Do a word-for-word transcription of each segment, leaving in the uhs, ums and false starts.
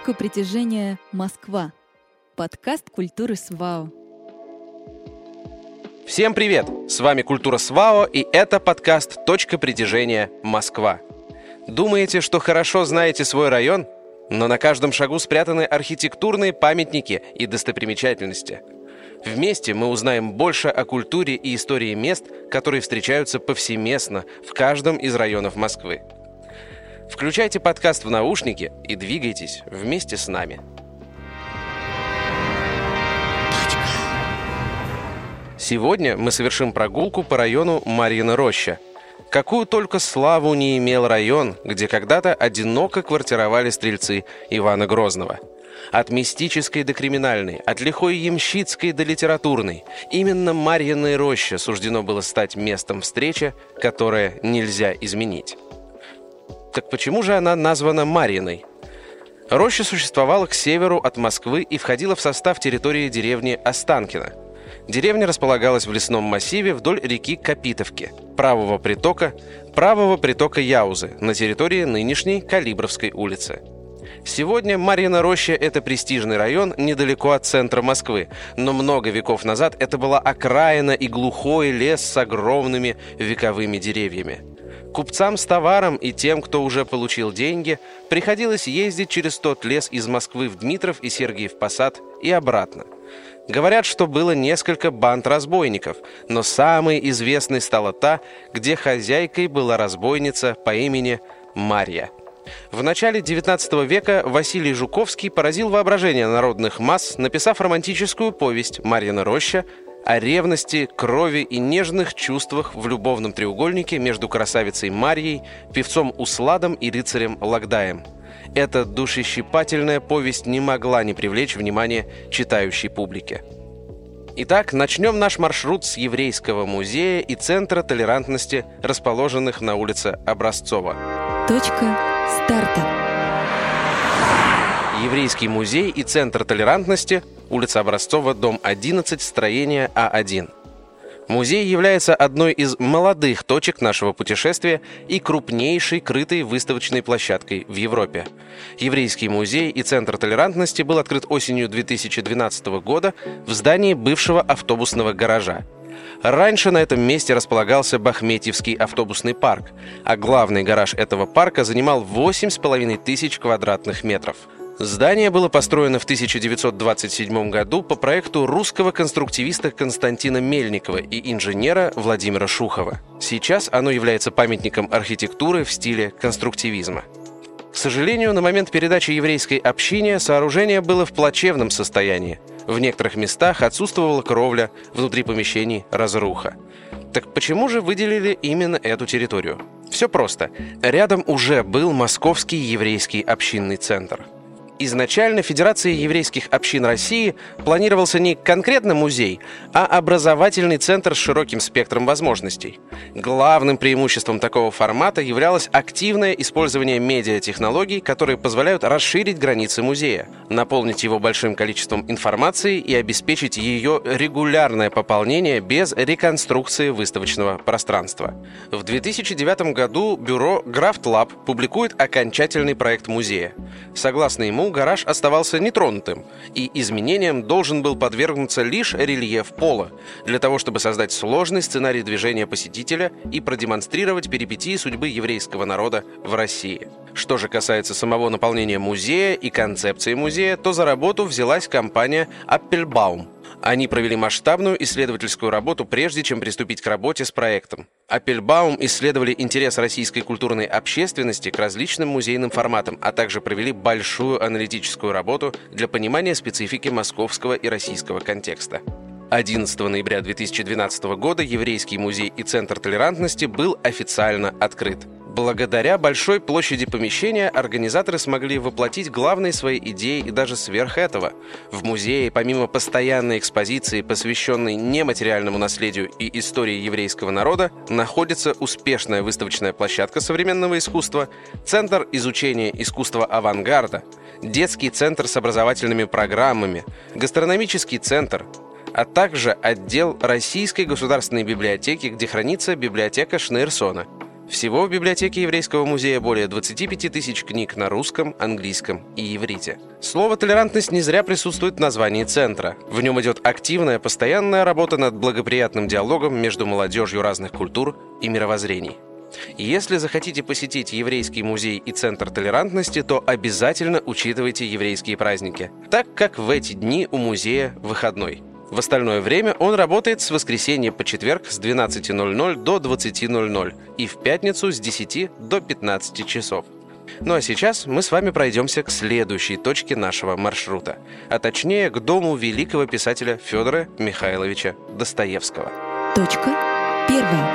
Точка притяжения Москва. Подкаст культуры СВАО. Всем привет! С вами Культура СВАО, и это подкаст «Точка притяжения Москва». Думаете, что хорошо знаете свой район? Но на каждом шагу спрятаны архитектурные памятники и достопримечательности. Вместе мы узнаем больше о культуре и истории мест, которые встречаются повсеместно в каждом из районов Москвы. Включайте подкаст в наушники и двигайтесь вместе с нами. Сегодня мы совершим прогулку по району Марьина Роща. Какую только славу не имел район, где когда-то одиноко квартировали стрельцы Ивана Грозного. От мистической до криминальной, от лихой ямщицкой до литературной. Именно Марьиной Роще суждено было стать местом встречи, которое нельзя изменить. Так почему же она названа Марьиной? Роща существовала к северу от Москвы и входила в состав территории деревни Останкино. Деревня располагалась в лесном массиве вдоль реки Копитовки, правого притока, правого притока Яузы на территории нынешней Калибровской улицы. Сегодня Марьина Роща – это престижный район недалеко от центра Москвы, но много веков назад это была окраина и глухой лес с огромными вековыми деревьями. Купцам с товаром и тем, кто уже получил деньги, приходилось ездить через тот лес из Москвы в Дмитров и Сергиев Посад и обратно. Говорят, что было несколько банд разбойников, но самой известной стала та, где хозяйкой была разбойница по имени Марья. В начале девятнадцатого века Василий Жуковский поразил воображение народных масс, написав романтическую повесть «Марьина Роща» о ревности, крови и нежных чувствах в любовном треугольнике между красавицей Марьей, певцом Усладом и рыцарем Логдаем. Эта душещипательная повесть не могла не привлечь внимание читающей публики. Итак, начнем наш маршрут с Еврейского музея и Центра толерантности, расположенных на улице Образцова. Точка старта. Еврейский музей и Центр толерантности, улица Образцова, дом одиннадцать, строение А один. Музей является одной из молодых точек нашего путешествия и крупнейшей крытой выставочной площадкой в Европе. Еврейский музей и Центр толерантности был открыт осенью две тысячи двенадцатого года в здании бывшего автобусного гаража. Раньше на этом месте располагался Бахметьевский автобусный парк, а главный гараж этого парка занимал восемь с половиной тысяч квадратных метров. Здание было построено в тысяча девятьсот двадцать седьмом году по проекту русского конструктивиста Константина Мельникова и инженера Владимира Шухова. Сейчас оно является памятником архитектуры в стиле конструктивизма. К сожалению, на момент передачи еврейской общине сооружение было в плачевном состоянии. В некоторых местах отсутствовала кровля, внутри помещений разруха. Так почему же выделили именно эту территорию? Все просто. Рядом уже был Московский еврейский общинный центр. Изначально Федерацией еврейских общин России планировался не конкретно музей, а образовательный центр с широким спектром возможностей. Главным преимуществом такого формата являлось активное использование медиатехнологий, которые позволяют расширить границы музея, наполнить его большим количеством информации и обеспечить ее регулярное пополнение без реконструкции выставочного пространства. В две тысячи девятом году бюро Графтлаб публикует окончательный проект музея. Согласно ему, гараж оставался нетронутым, и изменениям должен был подвергнуться лишь рельеф пола, для того, чтобы создать сложный сценарий движения посетителя и продемонстрировать перипетии судьбы еврейского народа в России. Что же касается самого наполнения музея и концепции музея, то за работу взялась компания Appelbaum. Они провели масштабную исследовательскую работу, прежде чем приступить к работе с проектом. Appelbaum исследовали интерес российской культурной общественности к различным музейным форматам, а также провели большую аналитическую работу для понимания специфики московского и российского контекста. одиннадцатого ноября две тысячи двенадцатого года Еврейский музей и Центр толерантности был официально открыт. Благодаря большой площади помещения организаторы смогли воплотить главные свои идеи и даже сверх этого. В музее, помимо постоянной экспозиции, посвященной нематериальному наследию и истории еврейского народа, находится успешная выставочная площадка современного искусства, Центр изучения искусства авангарда, детский центр с образовательными программами, гастрономический центр, а также отдел Российской государственной библиотеки, где хранится библиотека Шнейрсона. Всего в библиотеке Еврейского музея более двадцати пяти тысяч книг на русском, английском и иврите. Слово «толерантность» не зря присутствует в названии центра. В нем идет активная, постоянная работа над благоприятным диалогом между молодежью разных культур и мировоззрений. Если захотите посетить Еврейский музей и Центр толерантности, то обязательно учитывайте еврейские праздники, так как в эти дни у музея выходной. В остальное время он работает с воскресенья по четверг с двенадцати ноль-ноль до двадцати ноль-ноль и в пятницу с десяти до пятнадцати часов. Ну а сейчас мы с вами пройдемся к следующей точке нашего маршрута, а точнее к дому великого писателя Федора Михайловича Достоевского. Точка первая.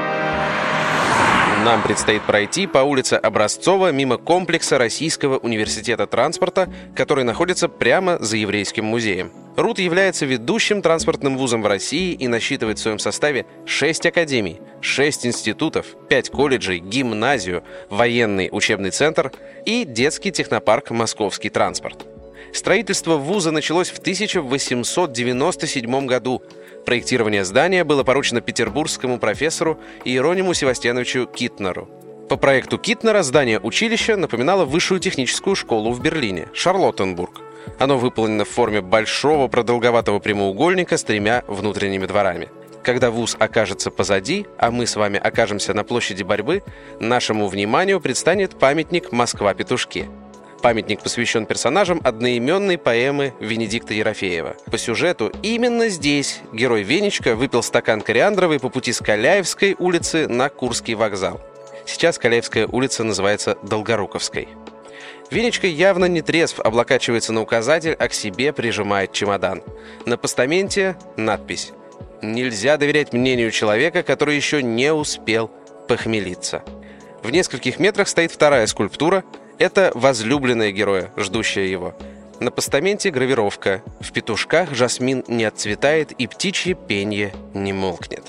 Нам предстоит пройти по улице Образцова мимо комплекса Российского университета транспорта, который находится прямо за Еврейским музеем. РУТ является ведущим транспортным вузом в России и насчитывает в своем составе шесть академий, шесть институтов, пять колледжей, гимназию, военный учебный центр и детский технопарк «Московский транспорт». Строительство вуза началось в тысяча восемьсот девяносто седьмом году. Проектирование здания было поручено петербургскому профессору Иерониму Севастьяновичу Китнеру. По проекту Китнера здание училища напоминало высшую техническую школу в Берлине – Шарлоттенбург. Оно выполнено в форме большого продолговатого прямоугольника с тремя внутренними дворами. Когда вуз окажется позади, а мы с вами окажемся на площади Борьбы, нашему вниманию предстанет памятник «Москва-петушки». Памятник посвящен персонажам одноименной поэмы Венедикта Ерофеева. По сюжету именно здесь герой Венечка выпил стакан кориандровой по пути с Каляевской улицы на Курский вокзал. Сейчас Каляевская улица называется Долгоруковской. Венечка явно не трезв, облокачивается на указатель, а к себе прижимает чемодан. На постаменте надпись: «Нельзя доверять мнению человека, который еще не успел похмелиться». В нескольких метрах стоит вторая скульптура. Это возлюбленная героя, ждущая его. На постаменте гравировка: «В петушках жасмин не отцветает и птичье пенье не молкнет».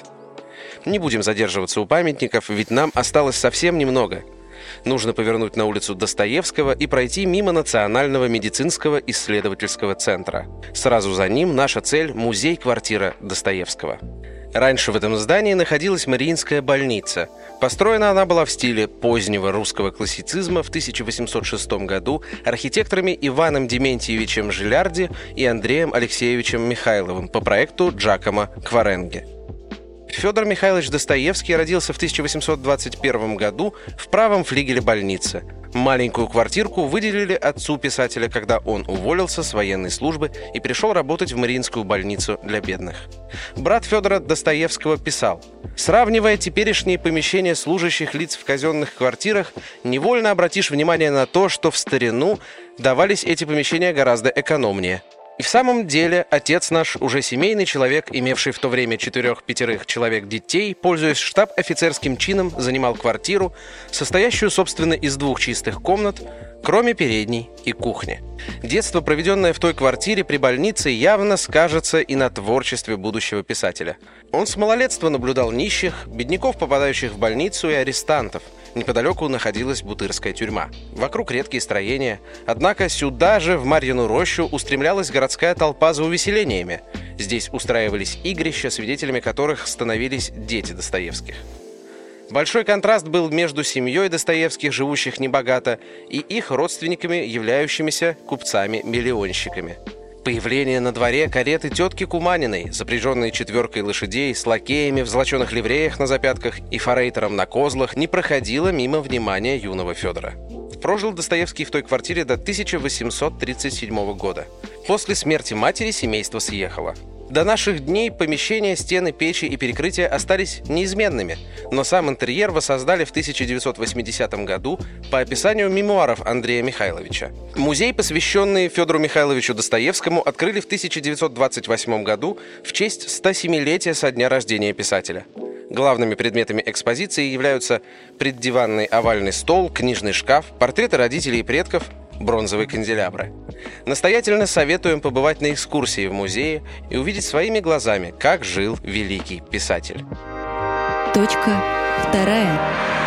Не будем задерживаться у памятников, ведь нам осталось совсем немного. Нужно повернуть на улицу Достоевского и пройти мимо Национального медицинского исследовательского центра. Сразу за ним наша цель – музей-квартира Достоевского. Раньше в этом здании находилась Мариинская больница. Построена она была в стиле позднего русского классицизма в тысяча восемьсот шестом году архитекторами Иваном Дементьевичем Жилярди и Андреем Алексеевичем Михайловым по проекту Джакомо Кваренге. Федор Михайлович Достоевский родился в тысяча восемьсот двадцать первом году в правом флигеле больницы. Маленькую квартирку выделили отцу писателя, когда он уволился с военной службы и пришел работать в Мариинскую больницу для бедных. Брат Федора Достоевского писал: «Сравнивая теперешние помещения служащих лиц в казенных квартирах, невольно обратишь внимание на то, что в старину давались эти помещения гораздо экономнее». И в самом деле, отец наш, уже семейный человек, имевший в то время четырех-пятерых человек детей, пользуясь штаб-офицерским чином, занимал квартиру, состоящую, собственно, из двух чистых комнат, кроме передней и кухни. Детство, проведенное в той квартире при больнице, явно скажется и на творчестве будущего писателя. Он с малолетства наблюдал нищих, бедняков, попадающих в больницу, и арестантов. Неподалеку находилась Бутырская тюрьма. Вокруг редкие строения. Однако сюда же, в Марьину рощу, устремлялась городская толпа за увеселениями. Здесь устраивались игрища, свидетелями которых становились дети Достоевских. Большой контраст был между семьей Достоевских, живущих небогато, и их родственниками, являющимися купцами-миллионщиками. Появление на дворе кареты тетки Куманиной, запряженные четверкой лошадей, с лакеями в золоченых ливреях на запятках и форейтером на козлах, не проходило мимо внимания юного Федора. Прожил Достоевский в той квартире до тысяча восемьсот тридцать седьмого года. После смерти матери семейство съехало. До наших дней помещения, стены, печи и перекрытия остались неизменными, но сам интерьер воссоздали в тысяча девятьсот восьмидесятом году по описанию мемуаров Андрея Михайловича. Музей, посвященный Федору Михайловичу Достоевскому, открыли в тысяча девятьсот двадцать восьмом году в честь стосемилетия со дня рождения писателя. Главными предметами экспозиции являются преддиванный овальный стол, книжный шкаф, портреты родителей и предков, бронзовые канделябры. Настоятельно советуем побывать на экскурсии в музее и увидеть своими глазами, как жил великий писатель. Точка вторая.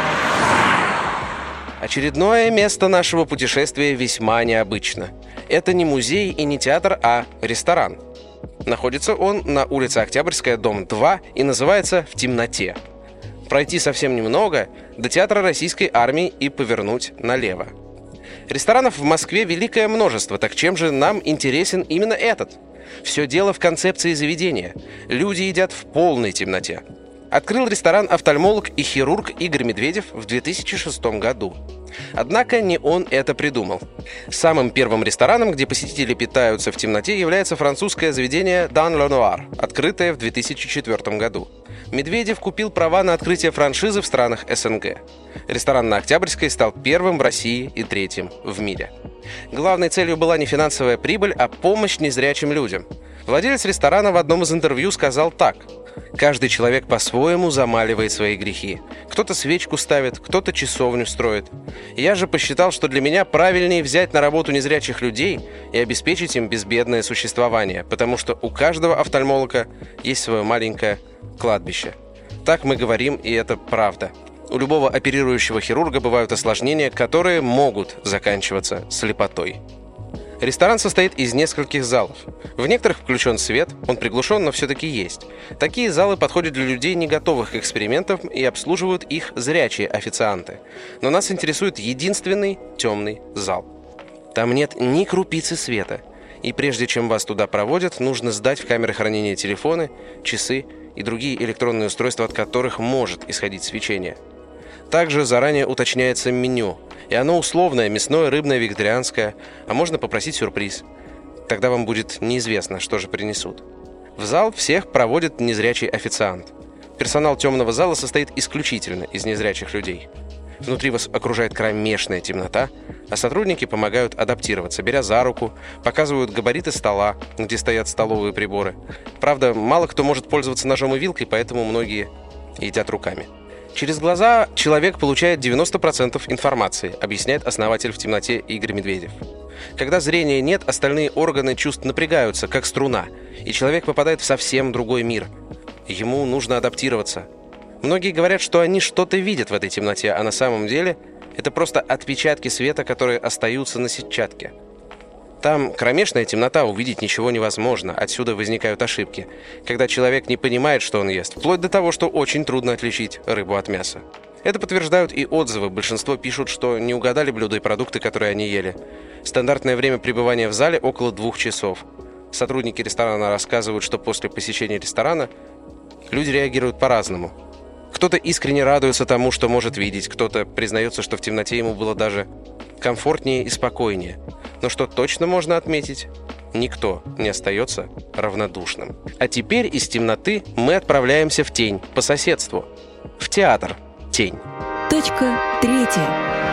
Очередное место нашего путешествия весьма необычно. Это не музей и не театр, а ресторан. Находится он на улице Октябрьская, дом два, и называется «В темноте». Пройти совсем немного до театра российской армии и повернуть налево. Ресторанов в Москве великое множество, так чем же нам интересен именно этот? Все дело в концепции заведения. Люди едят в полной темноте. Открыл ресторан офтальмолог и хирург Игорь Медведев в две тысячи шестом году. Однако не он это придумал. Самым первым рестораном, где посетители питаются в темноте, является французское заведение «Dans le Noir», открытое в две тысячи четвёртом году. Медведев купил права на открытие франшизы в странах эс эн гэ. Ресторан на Октябрьской стал первым в России и третьим в мире. Главной целью была не финансовая прибыль, а помощь незрячим людям. Владелец ресторана в одном из интервью сказал так: «Каждый человек по-своему замаливает свои грехи. Кто-то свечку ставит, кто-то часовню строит. Я же посчитал, что для меня правильнее взять на работу незрячих людей и обеспечить им безбедное существование, потому что у каждого офтальмолога есть свое маленькое кладбище». Так мы говорим, и это правда. У любого оперирующего хирурга бывают осложнения, которые могут заканчиваться слепотой. Ресторан состоит из нескольких залов. В некоторых включен свет, он приглушен, но все-таки есть. Такие залы подходят для людей, не готовых к экспериментам, и обслуживают их зрячие официанты. Но нас интересует единственный темный зал. Там нет ни крупицы света. И прежде чем вас туда проводят, нужно сдать в камеры хранения телефоны, часы и другие электронные устройства, от которых может исходить свечение. Также заранее уточняется меню, и оно условное, мясное, рыбное, вегетарианское, а можно попросить сюрприз. Тогда вам будет неизвестно, что же принесут. В зал всех проводит незрячий официант. Персонал темного зала состоит исключительно из незрячих людей. Внутри вас окружает кромешная темнота, а сотрудники помогают адаптироваться, беря за руку, показывают габариты стола, где стоят столовые приборы. Правда, мало кто может пользоваться ножом и вилкой, поэтому многие едят руками. Через глаза человек получает девяносто процентов информации, объясняет основатель «В темноте» Игорь Медведев. Когда зрения нет, остальные органы чувств напрягаются, как струна, и человек попадает в совсем другой мир. Ему нужно адаптироваться. Многие говорят, что они что-то видят в этой темноте, а на самом деле это просто отпечатки света, которые остаются на сетчатке. Там кромешная темнота, увидеть ничего невозможно, отсюда возникают ошибки. Когда человек не понимает, что он ест, вплоть до того, что очень трудно отличить рыбу от мяса. Это подтверждают и отзывы. Большинство пишут, что не угадали блюда и продукты, которые они ели. Стандартное время пребывания в зале около двух часов. Сотрудники ресторана рассказывают, что после посещения ресторана люди реагируют по-разному. Кто-то искренне радуется тому, что может видеть, кто-то признается, что в темноте ему было даже комфортнее и спокойнее. Но что точно можно отметить, никто не остается равнодушным. А теперь из темноты мы отправляемся в тень по соседству. В театр «Тень». Точка третья.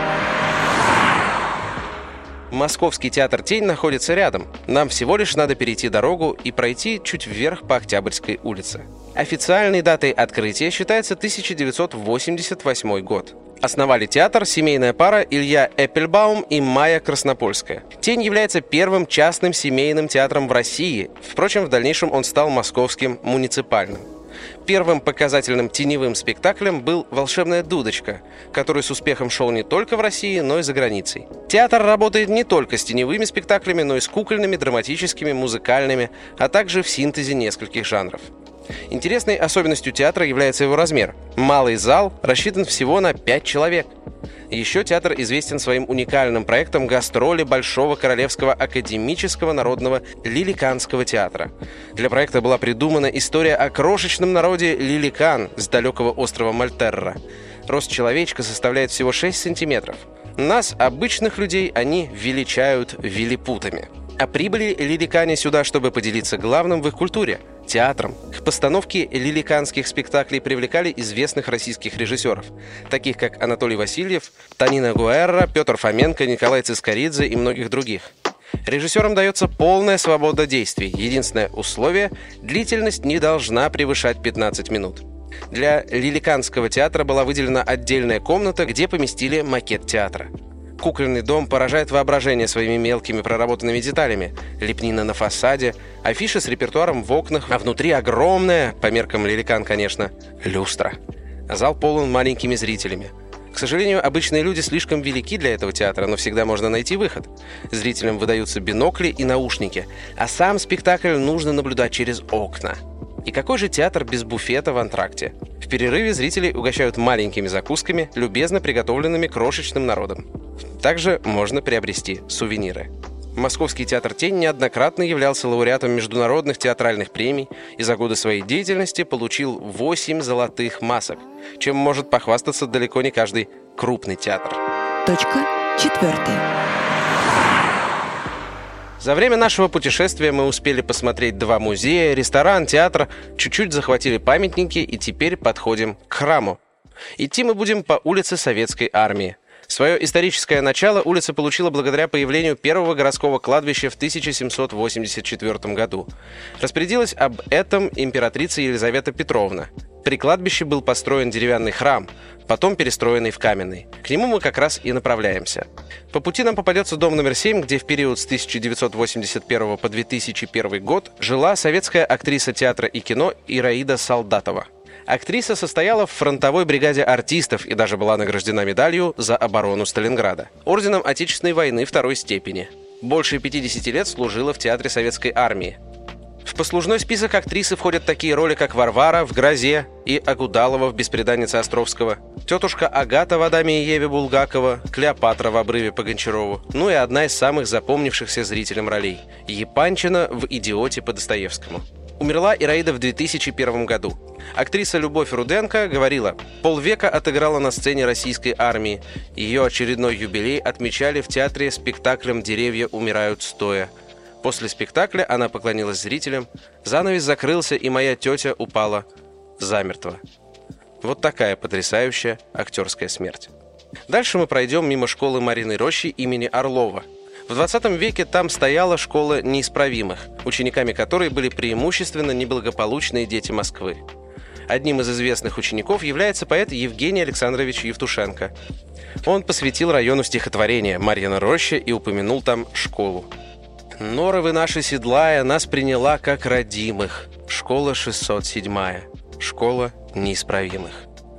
Московский театр «Тень» находится рядом. Нам всего лишь надо перейти дорогу и пройти чуть вверх по Октябрьской улице. Официальной датой открытия считается тысяча девятьсот восемьдесят восьмой год. Основали театр семейная пара Илья Эппельбаум и Майя Краснопольская. «Тень» является первым частным семейным театром в России. Впрочем, в дальнейшем он стал московским муниципальным. Первым показательным теневым спектаклем был «Волшебная дудочка», который с успехом шел не только в России, но и за границей. Театр работает не только с теневыми спектаклями, но и с кукольными, драматическими, музыкальными, а также в синтезе нескольких жанров. Интересной особенностью театра является его размер. Малый зал рассчитан всего на пять человек. Еще театр известен своим уникальным проектом гастроли Большого Королевского академического народного лиликанского театра. Для проекта была придумана история о крошечном народе лиликан с далекого острова Мальтерра. Рост человечка составляет всего шесть сантиметров. Нас, обычных людей, они величают вилипутами. А прибыли лиликане сюда, чтобы поделиться главным в их культуре – театром. К постановке лиликанских спектаклей привлекали известных российских режиссеров, таких как Анатолий Васильев, Танина Гуэрра, Петр Фоменко, Николай Цискоридзе и многих других. Режиссерам дается полная свобода действий. Единственное условие – длительность не должна превышать пятнадцать минут. Для лиликанского театра была выделена отдельная комната, где поместили макет театра. Кукольный дом поражает воображение своими мелкими проработанными деталями. Лепнина на фасаде, афиши с репертуаром в окнах, а внутри огромная, по меркам лиликан, конечно, люстра. Зал полон маленькими зрителями. К сожалению, обычные люди слишком велики для этого театра, но всегда можно найти выход. Зрителям выдаются бинокли и наушники, а сам спектакль нужно наблюдать через окна. И какой же театр без буфета в антракте? В перерыве зрителей угощают маленькими закусками, любезно приготовленными крошечным народом. Также можно приобрести сувениры. Московский театр «Тень» неоднократно являлся лауреатом международных театральных премий и за годы своей деятельности получил восемь золотых масок, чем может похвастаться далеко не каждый крупный театр. Точка четвертая. За время нашего путешествия мы успели посмотреть два музея, ресторан, театр, чуть-чуть захватили памятники и теперь подходим к храму. Идти мы будем по улице Советской Армии. Свое историческое начало улица получила благодаря появлению первого городского кладбища в тысяча семьсот восемьдесят четвёртом году. Распорядилась об этом императрица Елизавета Петровна. При кладбище был построен деревянный храм, потом перестроенный в каменный. К нему мы как раз и направляемся. По пути нам попадется дом номер семь, где в период с тысяча девятьсот восемьдесят первого по две тысячи первый год жила советская актриса театра и кино Ираида Солдатова. Актриса состояла в фронтовой бригаде артистов и даже была награждена медалью за оборону Сталинграда, орденом Отечественной войны второй степени. Больше пятидесяти лет служила в театре Советской Армии. В послужной список актрисы входят такие роли, как Варвара в «Грозе» и Агудалова в «Бесприданнице Островского», тетушка Агата в «Адаме и Еве» Булгакова, Клеопатра в «Обрыве» по Гончарову, ну и одна из самых запомнившихся зрителям ролей – Епанчина в «Идиоте» по Достоевскому. Умерла Ираида в две тысячи первом году. Актриса Любовь Руденко говорила: «Полвека отыграла на сцене российской армии. Ее очередной юбилей отмечали в театре спектаклем «Деревья умирают стоя». После спектакля она поклонилась зрителям, занавес закрылся, и моя тетя упала замертво». Вот такая потрясающая актерская смерть. Дальше мы пройдем мимо школы Марьиной Рощи имени Орлова. В двадцатом веке там стояла школа неисправимых, учениками которой были преимущественно неблагополучные дети Москвы. Одним из известных учеников является поэт Евгений Александрович Евтушенко. Он посвятил району стихотворение «Марьина Роща» и упомянул там школу. «Норовы наши седлая нас приняла как родимых. Школа шестьсот седьмая. Школа неисправимых».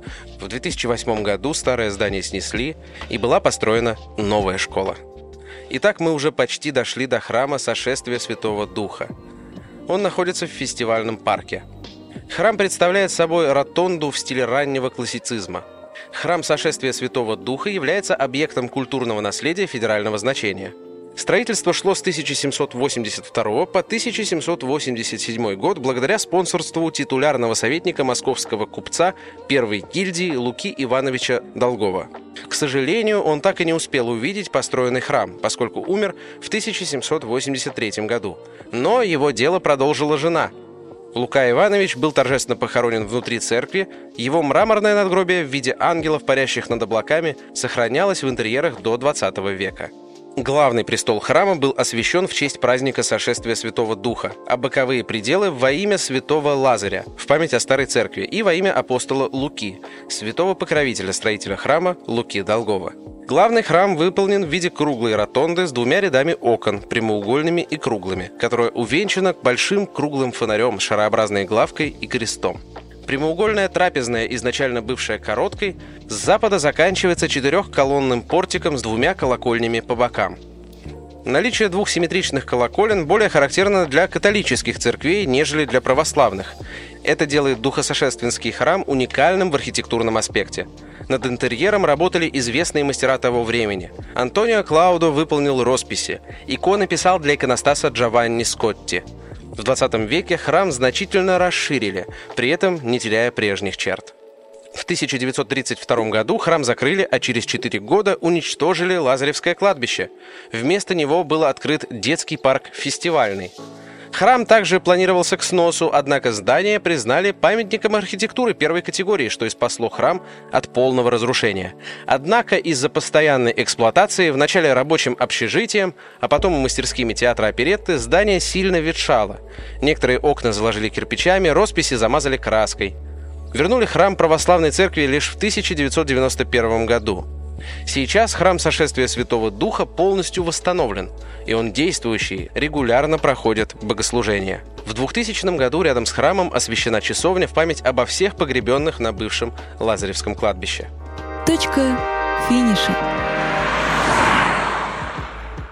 В две тысячи восьмом году старое здание снесли, и была построена новая школа. Итак, мы уже почти дошли до храма Сошествия Святого Духа. Он находится в фестивальном парке. Храм представляет собой ротонду в стиле раннего классицизма. Храм Сошествия Святого Духа является объектом культурного наследия федерального значения. Строительство шло с тысяча семьсот восемьдесят второго по тысяча семьсот восемьдесят седьмой год благодаря спонсорству титулярного советника московского купца первой гильдии Луки Ивановича Долгова. К сожалению, он так и не успел увидеть построенный храм, поскольку умер в тысяча семьсот восемьдесят третьем году. Но его дело продолжила жена. Лука Иванович был торжественно похоронен внутри церкви, его мраморное надгробие в виде ангелов, парящих над облаками, сохранялось в интерьерах до двадцатого века. Главный престол храма был освящен в честь праздника Сошествия Святого Духа, а боковые пределы во имя святого Лазаря, в память о Старой Церкви, и во имя апостола Луки, святого покровителя строителя храма Луки Долгова. Главный храм выполнен в виде круглой ротонды с двумя рядами окон, прямоугольными и круглыми, которая увенчана большим круглым фонарем с шарообразной главкой и крестом. Прямоугольная трапезная, изначально бывшая короткой, с запада заканчивается четырехколонным портиком с двумя колокольнями по бокам. Наличие двух симметричных колоколен более характерно для католических церквей, нежели для православных. Это делает Духосошественский храм уникальным в архитектурном аспекте. Над интерьером работали известные мастера того времени. Антонио Клаудо выполнил росписи. Иконы писал для иконостаса Джованни Скотти. В двадцатом веке храм значительно расширили, при этом не теряя прежних черт. В тысяча девятьсот тридцать втором году храм закрыли, а через четыре года уничтожили Лазаревское кладбище. Вместо него был открыт детский парк «Фестивальный». Храм также планировался к сносу, однако здание признали памятником архитектуры первой категории, что и спасло храм от полного разрушения. Однако из-за постоянной эксплуатации вначале рабочим общежитием, а потом мастерскими театра оперетты здание сильно ветшало. Некоторые окна заложили кирпичами, росписи замазали краской. Вернули храм православной церкви лишь в тысяча девятьсот девяносто первом году. Сейчас храм Сошествия Святого Духа полностью восстановлен, и он действующий, регулярно проходит богослужения. В двухтысячном году рядом с храмом освящена часовня в память обо всех погребенных на бывшем Лазаревском кладбище. Точка финиша.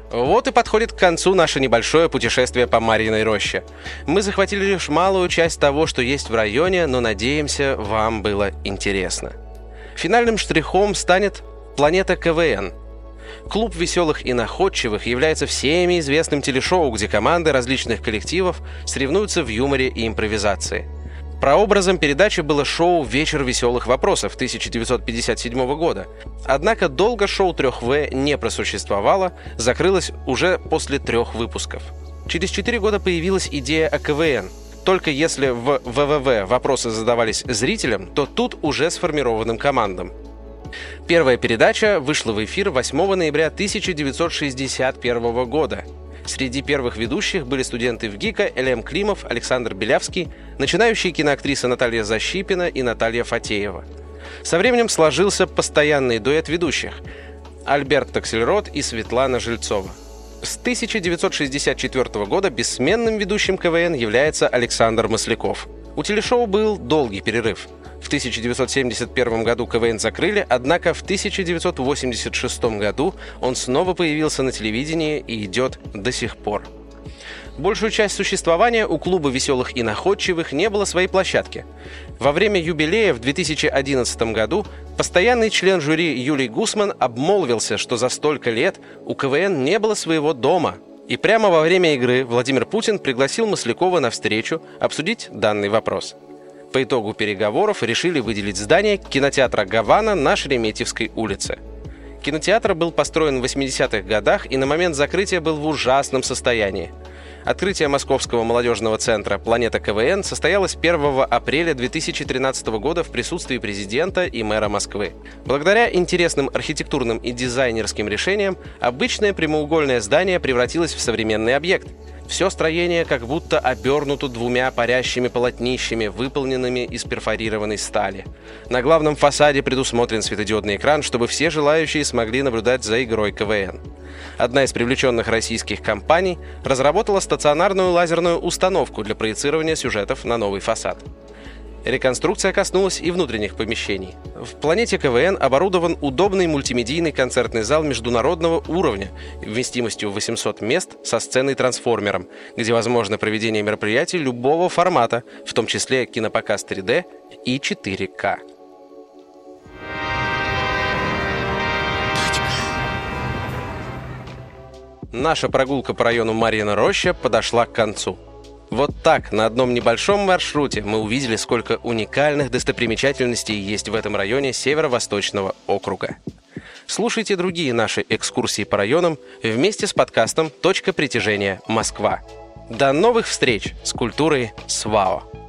Вот и подходит к концу наше небольшое путешествие по Марьиной роще. Мы захватили лишь малую часть того, что есть в районе, но надеемся, вам было интересно. Финальным штрихом станет планета КВН. Клуб веселых и находчивых является всеми известным телешоу, где команды различных коллективов соревнуются в юморе и импровизации. Прообразом передачи было шоу «Вечер веселых вопросов» тысяча девятьсот пятьдесят седьмого года. Однако долго шоу трех вэ не просуществовало, закрылось уже после трех выпусков. Через четыре года появилась идея о КВН. Только если в вэ вэ вэ вопросы задавались зрителям, то тут уже сформированным командам. Первая передача вышла в эфир восьмого ноября тысяча девятьсот шестьдесят первого года. Среди первых ведущих были студенты ВГИКа Элем Климов, Александр Белявский, начинающие киноактрисы Наталья Защипина и Наталья Фатеева. Со временем сложился постоянный дуэт ведущих – Альберт Таксельрод и Светлана Жильцова. С тысяча девятьсот шестьдесят четвёртого года бессменным ведущим КВН является Александр Масляков. У телешоу был долгий перерыв. В тысяча девятьсот семьдесят первом году КВН закрыли, однако в тысяча девятьсот восемьдесят шестом году он снова появился на телевидении и идет до сих пор. Большую часть существования у клуба веселых и находчивых не было своей площадки. Во время юбилея в две тысячи одиннадцатом году постоянный член жюри Юлий Гусман обмолвился, что за столько лет у КВН не было своего дома. И прямо во время игры Владимир Путин пригласил Маслякова на встречу обсудить данный вопрос. По итогу переговоров решили выделить здание кинотеатра «Гавана» на Шереметьевской улице. Кинотеатр был построен в восьмидесятых годах и на момент закрытия был в ужасном состоянии. Открытие Московского молодежного центра «Планета КВН» состоялось первого апреля две тысячи тринадцатого года в присутствии президента и мэра Москвы. Благодаря интересным архитектурным и дизайнерским решениям обычное прямоугольное здание превратилось в современный объект. Все строение как будто обернуто двумя парящими полотнищами, выполненными из перфорированной стали. На главном фасаде предусмотрен светодиодный экран, чтобы все желающие смогли наблюдать за игрой КВН. Одна из привлеченных российских компаний разработала стационарную лазерную установку для проецирования сюжетов на новый фасад. Реконструкция коснулась и внутренних помещений. В «Планете КВН» оборудован удобный мультимедийный концертный зал международного уровня вместимостью в восемьсот мест со сценой-трансформером, где возможно проведение мероприятий любого формата, в том числе кинопоказ три дэ и четыре ка. Наша прогулка по району Марьина роща подошла к концу. Вот так, на одном небольшом маршруте мы увидели, сколько уникальных достопримечательностей есть в этом районе Северо-Восточного округа. Слушайте другие наши экскурсии по районам вместе с подкастом «Точка притяжения Москва». До новых встреч с культурой СВАО!